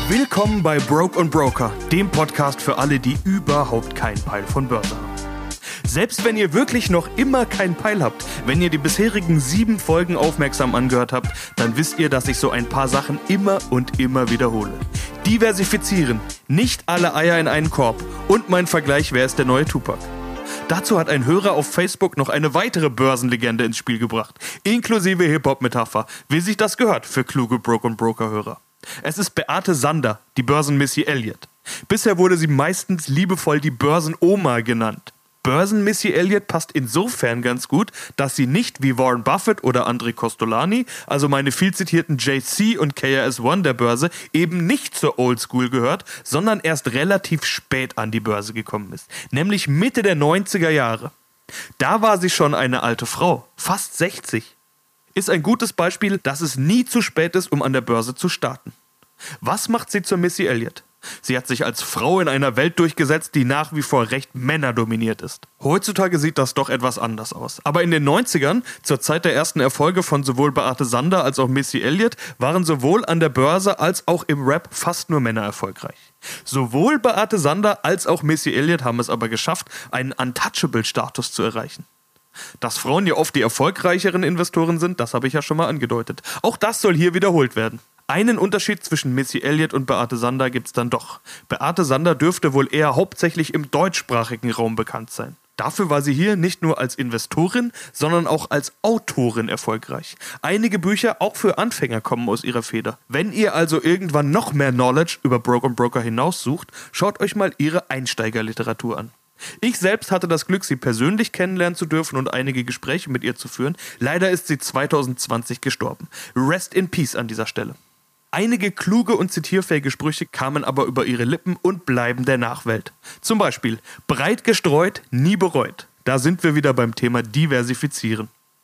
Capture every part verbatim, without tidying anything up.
Willkommen bei Broke und Broker, dem Podcast für alle, die überhaupt keinen Peil von Börse haben. Selbst wenn ihr wirklich noch immer keinen Peil habt, wenn ihr die bisherigen sieben Folgen aufmerksam angehört habt, dann wisst ihr, dass ich so ein paar Sachen immer und immer wiederhole. Diversifizieren, nicht alle Eier in einen Korb und mein Vergleich, wer ist der neue Tupac. Dazu hat ein Hörer auf Facebook noch eine weitere Börsenlegende ins Spiel gebracht, inklusive Hip-Hop-Metapher, wie sich das gehört für kluge Broke und Broker-Hörer. Es ist Beate Sander, die Börsen-Missy Elliott. Bisher wurde sie meistens liebevoll die Börsen-Oma genannt. Börsen-Missy Elliott passt insofern ganz gut, dass sie nicht wie Warren Buffett oder André Costolani, also meine viel zitierten J C und K R S One der Börse, eben nicht zur Oldschool gehört, sondern erst relativ spät an die Börse gekommen ist, nämlich Mitte der neunziger Jahre. Da war sie schon eine alte Frau, fast sechzig. Ist ein gutes Beispiel, dass es nie zu spät ist, um an der Börse zu starten. Was macht sie zur Missy Elliott? Sie hat sich als Frau in einer Welt durchgesetzt, die nach wie vor recht männerdominiert ist. Heutzutage sieht das doch etwas anders aus. Aber in den neunzigern, zur Zeit der ersten Erfolge von sowohl Beate Sander als auch Missy Elliott, waren sowohl an der Börse als auch im Rap fast nur Männer erfolgreich. Sowohl Beate Sander als auch Missy Elliott haben es aber geschafft, einen Untouchable-Status zu erreichen. Dass Frauen ja oft die erfolgreicheren Investoren sind, das habe ich ja schon mal angedeutet. Auch das soll hier wiederholt werden. Einen Unterschied zwischen Missy Elliott und Beate Sander gibt's dann doch. Beate Sander dürfte wohl eher hauptsächlich im deutschsprachigen Raum bekannt sein. Dafür war sie hier nicht nur als Investorin, sondern auch als Autorin erfolgreich. Einige Bücher, auch für Anfänger, kommen aus ihrer Feder. Wenn ihr also irgendwann noch mehr Knowledge über Broke und Broker hinaus sucht, schaut euch mal ihre Einsteigerliteratur an. Ich selbst hatte das Glück, sie persönlich kennenlernen zu dürfen und einige Gespräche mit ihr zu führen. Leider ist sie zwanzig zwanzig gestorben. Rest in Peace an dieser Stelle. Einige kluge und zitierfähige Sprüche kamen aber über ihre Lippen und bleiben der Nachwelt. Zum Beispiel, breit gestreut, nie bereut. Da sind wir wieder beim Thema Diversifizieren.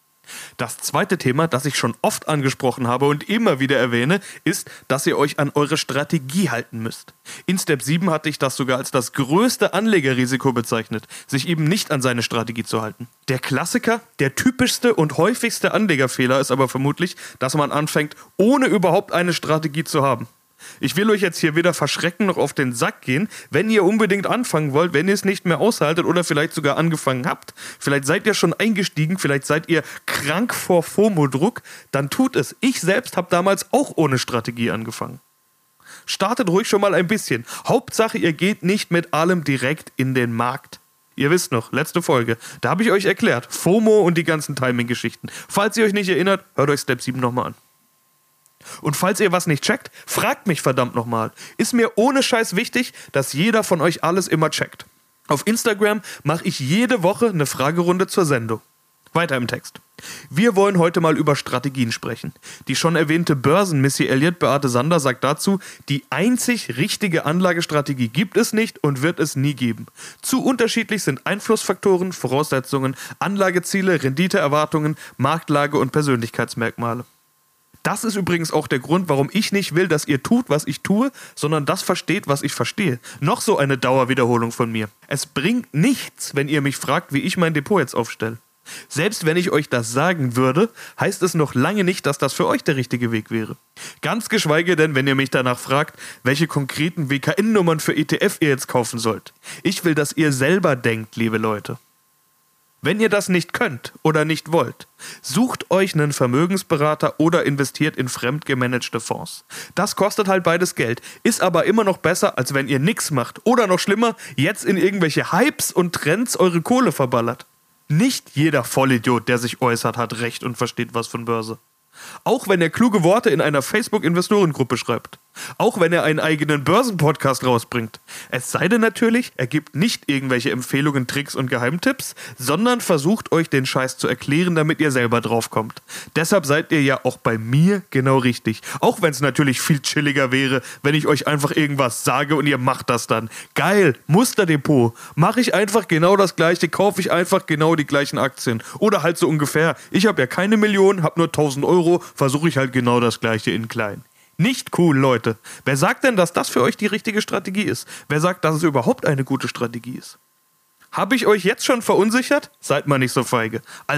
Das zweite Thema, das ich schon oft angesprochen habe und immer wieder erwähne, ist, dass ihr euch an eure Strategie halten müsst. In Step sieben hatte ich das sogar als das größte Anlegerrisiko bezeichnet, sich eben nicht an seine Strategie zu halten. Der Klassiker, der typischste und häufigste Anlegerfehler ist aber vermutlich, dass man anfängt, ohne überhaupt eine Strategie zu haben. Ich will euch jetzt hier weder verschrecken noch auf den Sack gehen. Wenn ihr unbedingt anfangen wollt, wenn ihr es nicht mehr aushaltet oder vielleicht sogar angefangen habt, vielleicht seid ihr schon eingestiegen, vielleicht seid ihr krank vor FOMO-Druck, dann tut es. Ich selbst habe damals auch ohne Strategie angefangen. Startet ruhig schon mal ein bisschen. Hauptsache, ihr geht nicht mit allem direkt in den Markt. Ihr wisst noch, letzte Folge, da habe ich euch erklärt, FOMO und die ganzen Timing-Geschichten. Falls ihr euch nicht erinnert, hört euch Step sieben nochmal an. Und falls ihr was nicht checkt, fragt mich verdammt nochmal. Ist mir ohne Scheiß wichtig, dass jeder von euch alles immer checkt. Auf Instagram mache ich jede Woche eine Fragerunde zur Sendung. Weiter im Text. Wir wollen heute mal über Strategien sprechen. Die schon erwähnte Börsen-Missy Elliott Beate Sander sagt dazu, die einzig richtige Anlagestrategie gibt es nicht und wird es nie geben. Zu unterschiedlich sind Einflussfaktoren, Voraussetzungen, Anlageziele, Renditeerwartungen, Marktlage und Persönlichkeitsmerkmale. Das ist übrigens auch der Grund, warum ich nicht will, dass ihr tut, was ich tue, sondern das versteht, was ich verstehe. Noch so eine Dauerwiederholung von mir. Es bringt nichts, wenn ihr mich fragt, wie ich mein Depot jetzt aufstelle. Selbst wenn ich euch das sagen würde, heißt es noch lange nicht, dass das für euch der richtige Weg wäre. Ganz geschweige denn, wenn ihr mich danach fragt, welche konkreten W K N-Nummern für E T F ihr jetzt kaufen sollt. Ich will, dass ihr selber denkt, liebe Leute. Wenn ihr das nicht könnt oder nicht wollt, sucht euch einen Vermögensberater oder investiert in fremd gemanagte Fonds. Das kostet halt beides Geld, ist aber immer noch besser, als wenn ihr nichts macht. Oder noch schlimmer, jetzt in irgendwelche Hypes und Trends eure Kohle verballert. Nicht jeder Vollidiot, der sich äußert, hat Recht und versteht was von Börse. Auch wenn er kluge Worte in einer Facebook-Investorengruppe schreibt. Auch wenn er einen eigenen Börsenpodcast rausbringt. Es sei denn natürlich, er gibt nicht irgendwelche Empfehlungen, Tricks und Geheimtipps, sondern versucht euch den Scheiß zu erklären, damit ihr selber draufkommt. Deshalb seid ihr ja auch bei mir genau richtig. Auch wenn es natürlich viel chilliger wäre, wenn ich euch einfach irgendwas sage und ihr macht das dann. Geil, Musterdepot. Mache ich einfach genau das gleiche, kaufe ich einfach genau die gleichen Aktien. Oder halt so ungefähr. Ich habe ja keine Millionen, habe nur tausend Euro, versuche ich halt genau das gleiche in klein. Nicht cool, Leute. Wer sagt denn, dass das für euch die richtige Strategie ist? Wer sagt, dass es überhaupt eine gute Strategie ist? Habe ich euch jetzt schon verunsichert? Seid mal nicht so feige. Also,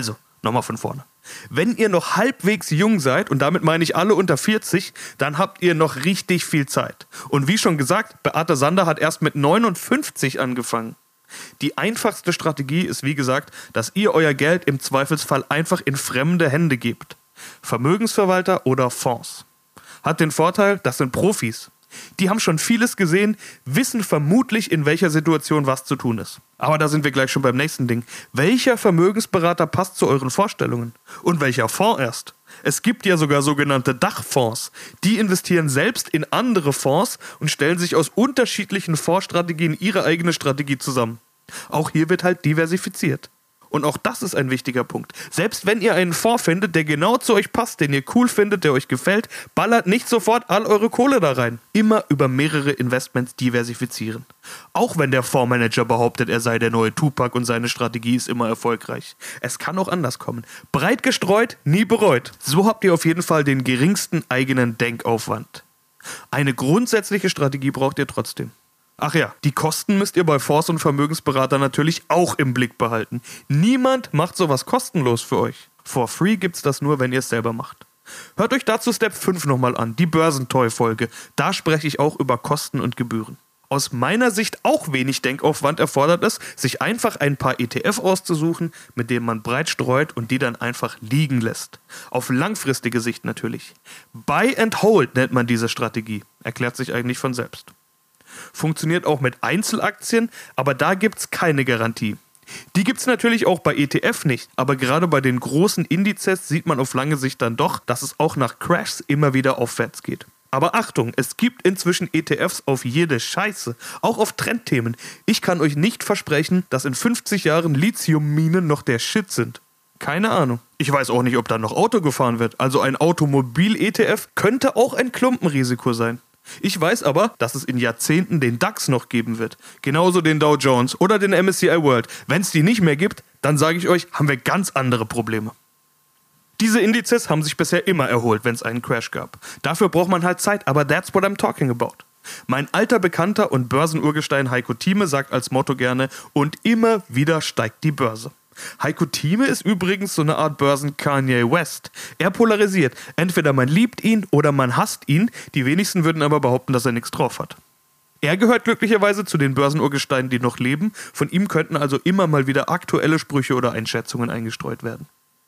Nochmal von vorne. Wenn ihr noch halbwegs jung seid, und damit meine ich alle unter vierzig, dann habt ihr noch richtig viel Zeit. Und wie schon gesagt, Beate Sander hat erst mit neunundfünfzig angefangen. Die einfachste Strategie ist, wie gesagt, dass ihr euer Geld im Zweifelsfall einfach in fremde Hände gebt. Vermögensverwalter oder Fonds. Hat den Vorteil, das sind Profis. Die haben schon vieles gesehen, wissen vermutlich, in welcher Situation was zu tun ist. Aber da sind wir gleich schon beim nächsten Ding. Welcher Vermögensberater passt zu euren Vorstellungen? Und welcher Fonds erst? Es gibt ja sogar sogenannte Dachfonds. Die investieren selbst in andere Fonds und stellen sich aus unterschiedlichen Fondsstrategien ihre eigene Strategie zusammen. Auch hier wird halt diversifiziert. Und auch das ist ein wichtiger Punkt. Selbst wenn ihr einen Fonds findet, der genau zu euch passt, den ihr cool findet, der euch gefällt, ballert nicht sofort all eure Kohle da rein. Immer über mehrere Investments diversifizieren. Auch wenn der Fondsmanager behauptet, er sei der neue Tupac und seine Strategie ist immer erfolgreich. Es kann auch anders kommen. Breit gestreut, nie bereut. So habt ihr auf jeden Fall den geringsten eigenen Denkaufwand. Eine grundsätzliche Strategie braucht ihr trotzdem. Ach ja, die Kosten müsst ihr bei Fonds und Vermögensberater natürlich auch im Blick behalten. Niemand macht sowas kostenlos für euch. For free gibt's das nur, wenn ihr es selber macht. Hört euch dazu Step fünf nochmal an, die Börsentoy-Folge. Da spreche ich auch über Kosten und Gebühren. Aus meiner Sicht auch wenig Denkaufwand erfordert es, sich einfach ein paar E T F auszusuchen, mit denen man breit streut und die dann einfach liegen lässt. Auf langfristige Sicht natürlich. Buy and Hold nennt man diese Strategie. Erklärt sich eigentlich von selbst. Funktioniert auch mit Einzelaktien, aber da gibt's keine Garantie. Die gibt's natürlich auch bei E T F nicht, aber gerade bei den großen Indizes sieht man auf lange Sicht dann doch, dass es auch nach Crashs immer wieder aufwärts geht. Aber Achtung, es gibt inzwischen E T Fs auf jede Scheiße, auch auf Trendthemen. Ich kann euch nicht versprechen, dass in fünfzig Jahren Lithiumminen noch der Shit sind. Keine Ahnung. Ich weiß auch nicht, ob da noch Auto gefahren wird, also ein Automobil-E T F könnte auch ein Klumpenrisiko sein. Ich weiß aber, dass es in Jahrzehnten den DAX noch geben wird. Genauso den Dow Jones oder den M S C I World. Wenn es die nicht mehr gibt, dann sage ich euch, haben wir ganz andere Probleme. Diese Indizes haben sich bisher immer erholt, wenn es einen Crash gab. Dafür braucht man halt Zeit, aber that's what I'm talking about. Mein alter Bekannter und Börsenurgestein Heiko Thieme sagt als Motto gerne, und immer wieder steigt die Börse. Heiko Thieme ist übrigens so eine Art Börsen-Kanye West. Er polarisiert. Entweder man liebt ihn oder man hasst ihn. Die wenigsten würden aber behaupten, dass er nichts drauf hat. Er gehört glücklicherweise zu den Börsenurgesteinen, die noch leben. Von ihm könnten also immer mal wieder aktuelle Sprüche oder Einschätzungen eingestreut werden.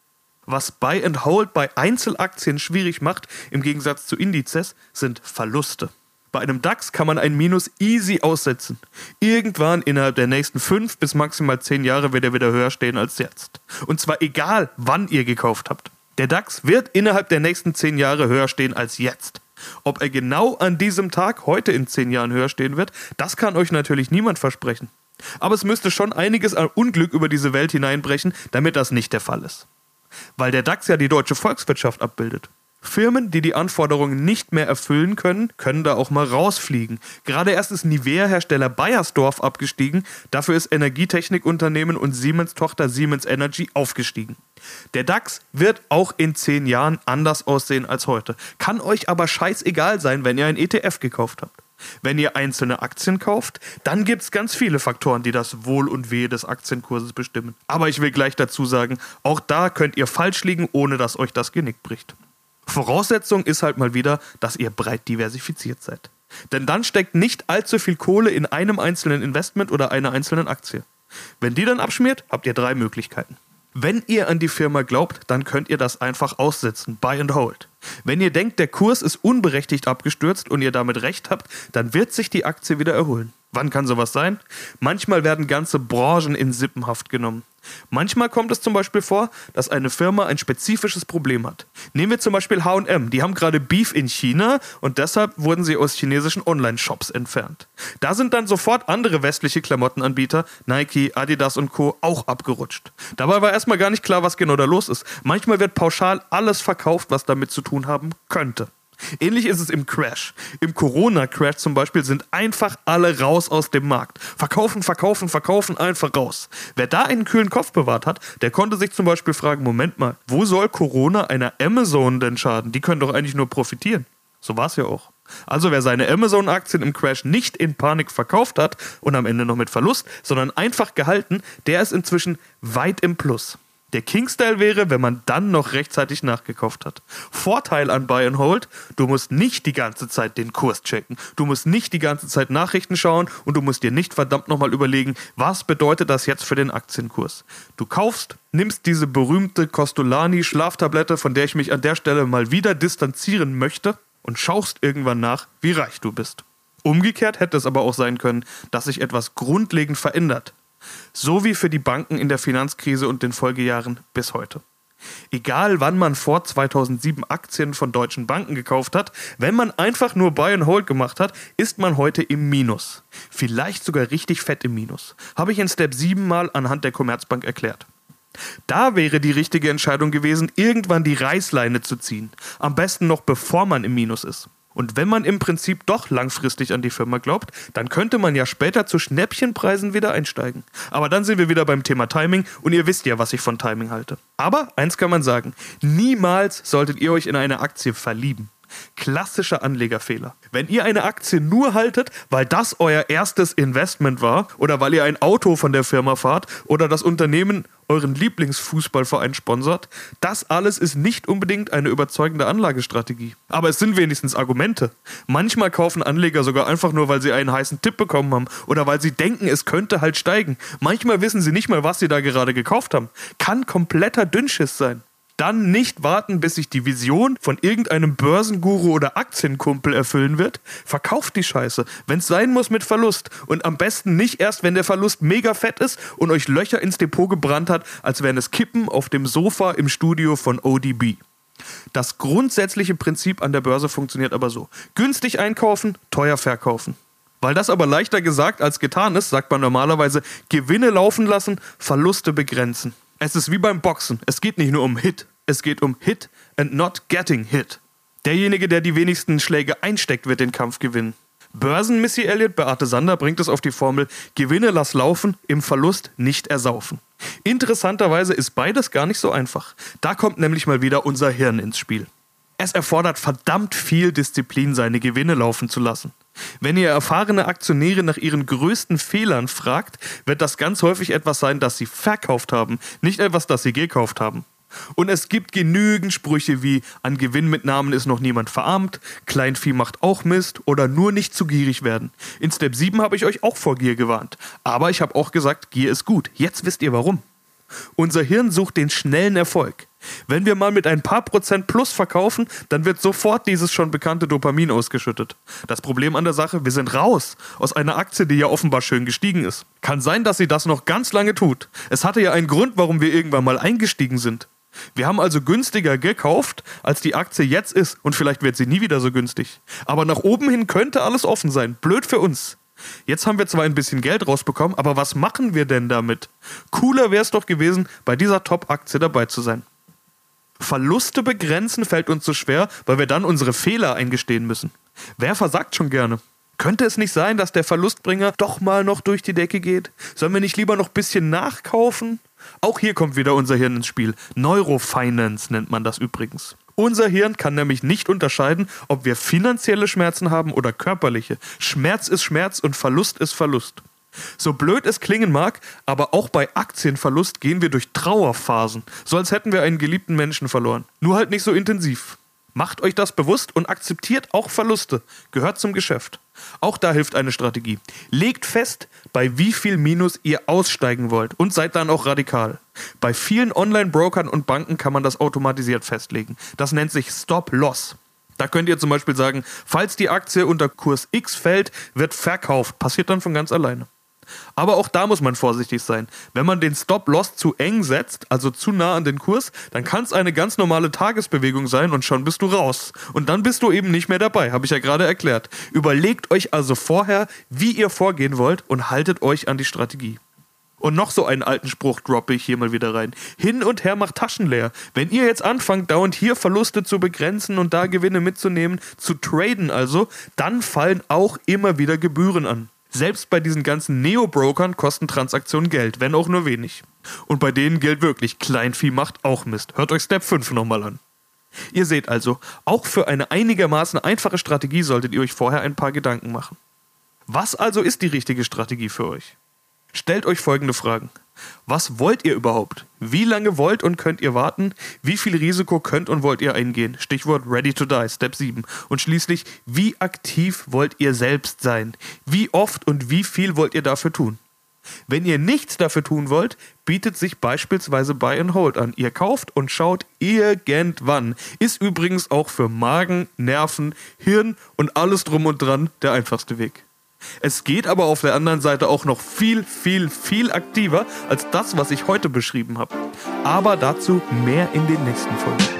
Was Buy and Hold bei Einzelaktien schwierig macht, im Gegensatz zu Indizes, sind Verluste. Bei einem DAX kann man ein Minus easy aussetzen. Irgendwann innerhalb der nächsten fünf bis maximal zehn Jahre wird er wieder höher stehen als jetzt. Und zwar egal, wann ihr gekauft habt. Der DAX wird innerhalb der nächsten zehn Jahre höher stehen als jetzt. Ob er genau an diesem Tag heute in zehn Jahren höher stehen wird, das kann euch natürlich niemand versprechen. Aber es müsste schon einiges an Unglück über diese Welt hineinbrechen, damit das nicht der Fall ist. Weil der DAX ja die deutsche Volkswirtschaft abbildet. Firmen, die die Anforderungen nicht mehr erfüllen können, können da auch mal rausfliegen. Gerade erst ist Nivea-Hersteller Bayersdorf abgestiegen, dafür ist Energietechnikunternehmen und Siemens-Tochter Siemens Energy aufgestiegen. Der DAX wird auch in zehn Jahren anders aussehen als heute. Kann euch aber scheißegal sein, wenn ihr ein E T F gekauft habt. Wenn ihr einzelne Aktien kauft, dann gibt es ganz viele Faktoren, die das Wohl und Wehe des Aktienkurses bestimmen. Aber ich will gleich dazu sagen, auch da könnt ihr falsch liegen, ohne dass euch das Genick bricht. Voraussetzung ist halt mal wieder, dass ihr breit diversifiziert seid. Denn dann steckt nicht allzu viel Kohle in einem einzelnen Investment oder einer einzelnen Aktie. Wenn die dann abschmiert, habt ihr drei Möglichkeiten. Wenn ihr an die Firma glaubt, dann könnt ihr das einfach aussitzen, buy and hold. Wenn ihr denkt, der Kurs ist unberechtigt abgestürzt und ihr damit recht habt, dann wird sich die Aktie wieder erholen. Wann kann sowas sein? Manchmal werden ganze Branchen in Sippenhaft genommen. Manchmal kommt es zum Beispiel vor, dass eine Firma ein spezifisches Problem hat. Nehmen wir zum Beispiel H und M. Die haben gerade Beef in China und deshalb wurden sie aus chinesischen Online-Shops entfernt. Da sind dann sofort andere westliche Klamottenanbieter, Nike, Adidas und Co. auch abgerutscht. Dabei war erstmal gar nicht klar, was genau da los ist. Manchmal wird pauschal alles verkauft, was damit zu tun haben könnte. Ähnlich ist es im Crash. Im Corona-Crash zum Beispiel sind einfach alle raus aus dem Markt. Verkaufen, verkaufen, verkaufen, einfach raus. Wer da einen kühlen Kopf bewahrt hat, der konnte sich zum Beispiel fragen, Moment mal, wo soll Corona einer Amazon denn schaden? Die können doch eigentlich nur profitieren. So war es ja auch. Also wer seine Amazon-Aktien im Crash nicht in Panik verkauft hat und am Ende noch mit Verlust, sondern einfach gehalten, der ist inzwischen weit im Plus. Der King-Style wäre, wenn man dann noch rechtzeitig nachgekauft hat. Vorteil an Buy and Hold, du musst nicht die ganze Zeit den Kurs checken. Du musst nicht die ganze Zeit Nachrichten schauen und du musst dir nicht verdammt nochmal überlegen, was bedeutet das jetzt für den Aktienkurs. Du kaufst, nimmst diese berühmte Kostolani-Schlaftablette, von der ich mich an der Stelle mal wieder distanzieren möchte, und schaust irgendwann nach, wie reich du bist. Umgekehrt hätte es aber auch sein können, dass sich etwas grundlegend verändert. So wie für die Banken in der Finanzkrise und den Folgejahren bis heute. Egal wann man vor zweitausendsieben Aktien von deutschen Banken gekauft hat, wenn man einfach nur Buy and Hold gemacht hat, ist man heute im Minus. Vielleicht sogar richtig fett im Minus. Habe ich in Step sieben mal anhand der Commerzbank erklärt. Da wäre die richtige Entscheidung gewesen, irgendwann die Reißleine zu ziehen. Am besten noch bevor man im Minus ist. Und wenn man im Prinzip doch langfristig an die Firma glaubt, dann könnte man ja später zu Schnäppchenpreisen wieder einsteigen. Aber dann sind wir wieder beim Thema Timing und ihr wisst ja, was ich von Timing halte. Aber eins kann man sagen, niemals solltet ihr euch in eine Aktie verlieben. Klassischer Anlegerfehler. Wenn ihr eine Aktie nur haltet, weil das euer erstes Investment war oder weil ihr ein Auto von der Firma fahrt oder das Unternehmen euren Lieblingsfußballverein sponsert, das alles ist nicht unbedingt eine überzeugende Anlagestrategie. Aber es sind wenigstens Argumente. Manchmal kaufen Anleger sogar einfach nur, weil sie einen heißen Tipp bekommen haben oder weil sie denken, es könnte halt steigen. Manchmal wissen sie nicht mal, was sie da gerade gekauft haben. Kann kompletter Dünnschiss sein. Dann nicht warten, bis sich die Vision von irgendeinem Börsenguru oder Aktienkumpel erfüllen wird. Verkauft die Scheiße, wenn es sein muss mit Verlust. Und am besten nicht erst, wenn der Verlust mega fett ist und euch Löcher ins Depot gebrannt hat, als wären es Kippen auf dem Sofa im Studio von O D B. Das grundsätzliche Prinzip an der Börse funktioniert aber so. Günstig einkaufen, teuer verkaufen. Weil das aber leichter gesagt als getan ist, sagt man normalerweise Gewinne laufen lassen, Verluste begrenzen. Es ist wie beim Boxen. Es geht nicht nur um Hit. Es geht um Hit and not getting hit. Derjenige, der die wenigsten Schläge einsteckt, wird den Kampf gewinnen. Börsen-Missy Elliott, Beate Sander, bringt es auf die Formel Gewinne lass laufen, im Verlust nicht ersaufen. Interessanterweise ist beides gar nicht so einfach. Da kommt nämlich mal wieder unser Hirn ins Spiel. Es erfordert verdammt viel Disziplin, seine Gewinne laufen zu lassen. Wenn ihr erfahrene Aktionäre nach ihren größten Fehlern fragt, wird das ganz häufig etwas sein, das sie verkauft haben, nicht etwas, das sie gekauft haben. Und es gibt genügend Sprüche wie an Gewinnmitnahmen ist noch niemand verarmt, Kleinvieh macht auch Mist oder nur nicht zu gierig werden. In Step sieben habe ich euch auch vor Gier gewarnt. Aber ich habe auch gesagt, Gier ist gut. Jetzt wisst ihr warum. Unser Hirn sucht den schnellen Erfolg. Wenn wir mal mit ein paar Prozent plus verkaufen, dann wird sofort dieses schon bekannte Dopamin ausgeschüttet. Das Problem an der Sache, wir sind raus aus einer Aktie, die ja offenbar schön gestiegen ist. Kann sein, dass sie das noch ganz lange tut. Es hatte ja einen Grund, warum wir irgendwann mal eingestiegen sind. Wir haben also günstiger gekauft, als die Aktie jetzt ist und vielleicht wird sie nie wieder so günstig. Aber nach oben hin könnte alles offen sein. Blöd für uns. Jetzt haben wir zwar ein bisschen Geld rausbekommen, aber was machen wir denn damit? Cooler wäre es doch gewesen, bei dieser Top-Aktie dabei zu sein. Verluste begrenzen fällt uns so schwer, weil wir dann unsere Fehler eingestehen müssen. Wer versagt schon gerne? Könnte es nicht sein, dass der Verlustbringer doch mal noch durch die Decke geht? Sollen wir nicht lieber noch ein bisschen nachkaufen? Auch hier kommt wieder unser Hirn ins Spiel. Neurofinance nennt man das übrigens. Unser Hirn kann nämlich nicht unterscheiden, ob wir finanzielle Schmerzen haben oder körperliche. Schmerz ist Schmerz und Verlust ist Verlust. So blöd es klingen mag, aber auch bei Aktienverlust gehen wir durch Trauerphasen, so als hätten wir einen geliebten Menschen verloren. Nur halt nicht so intensiv. Macht euch das bewusst und akzeptiert auch Verluste. Gehört zum Geschäft. Auch da hilft eine Strategie. Legt fest, bei wie viel Minus ihr aussteigen wollt und seid dann auch radikal. Bei vielen Online-Brokern und Banken kann man das automatisiert festlegen. Das nennt sich Stop-Loss. Da könnt ihr zum Beispiel sagen, falls die Aktie unter Kurs X fällt, wird verkauft. Passiert dann von ganz alleine. Aber auch da muss man vorsichtig sein. Wenn man den Stop-Loss zu eng setzt, also zu nah an den Kurs, dann kann es eine ganz normale Tagesbewegung sein und schon bist du raus. Und dann bist du eben nicht mehr dabei, habe ich ja gerade erklärt. Überlegt euch also vorher, wie ihr vorgehen wollt und haltet euch an die Strategie. Und noch so einen alten Spruch droppe ich hier mal wieder rein. Hin und her macht Taschen leer. Wenn ihr jetzt anfangt, dauernd hier Verluste zu begrenzen und da Gewinne mitzunehmen, zu traden also, dann fallen auch immer wieder Gebühren an. Selbst bei diesen ganzen Neo-Brokern kosten Transaktionen Geld, wenn auch nur wenig. Und bei denen gilt wirklich, Kleinvieh macht auch Mist. Hört euch Step fünf nochmal an. Ihr seht also, auch für eine einigermaßen einfache Strategie solltet ihr euch vorher ein paar Gedanken machen. Was also ist die richtige Strategie für euch? Stellt euch folgende Fragen. Was wollt ihr überhaupt? Wie lange wollt und könnt ihr warten? Wie viel Risiko könnt und wollt ihr eingehen? Stichwort Ready to Die, Step sieben. Und schließlich, wie aktiv wollt ihr selbst sein? Wie oft und wie viel wollt ihr dafür tun? Wenn ihr nichts dafür tun wollt, bietet sich beispielsweise Buy and Hold an. Ihr kauft und schaut irgendwann. Ist übrigens auch für Magen, Nerven, Hirn und alles drum und dran der einfachste Weg. Es geht aber auf der anderen Seite auch noch viel, viel, viel aktiver als das, was ich heute beschrieben habe. Aber dazu mehr in den nächsten Folgen.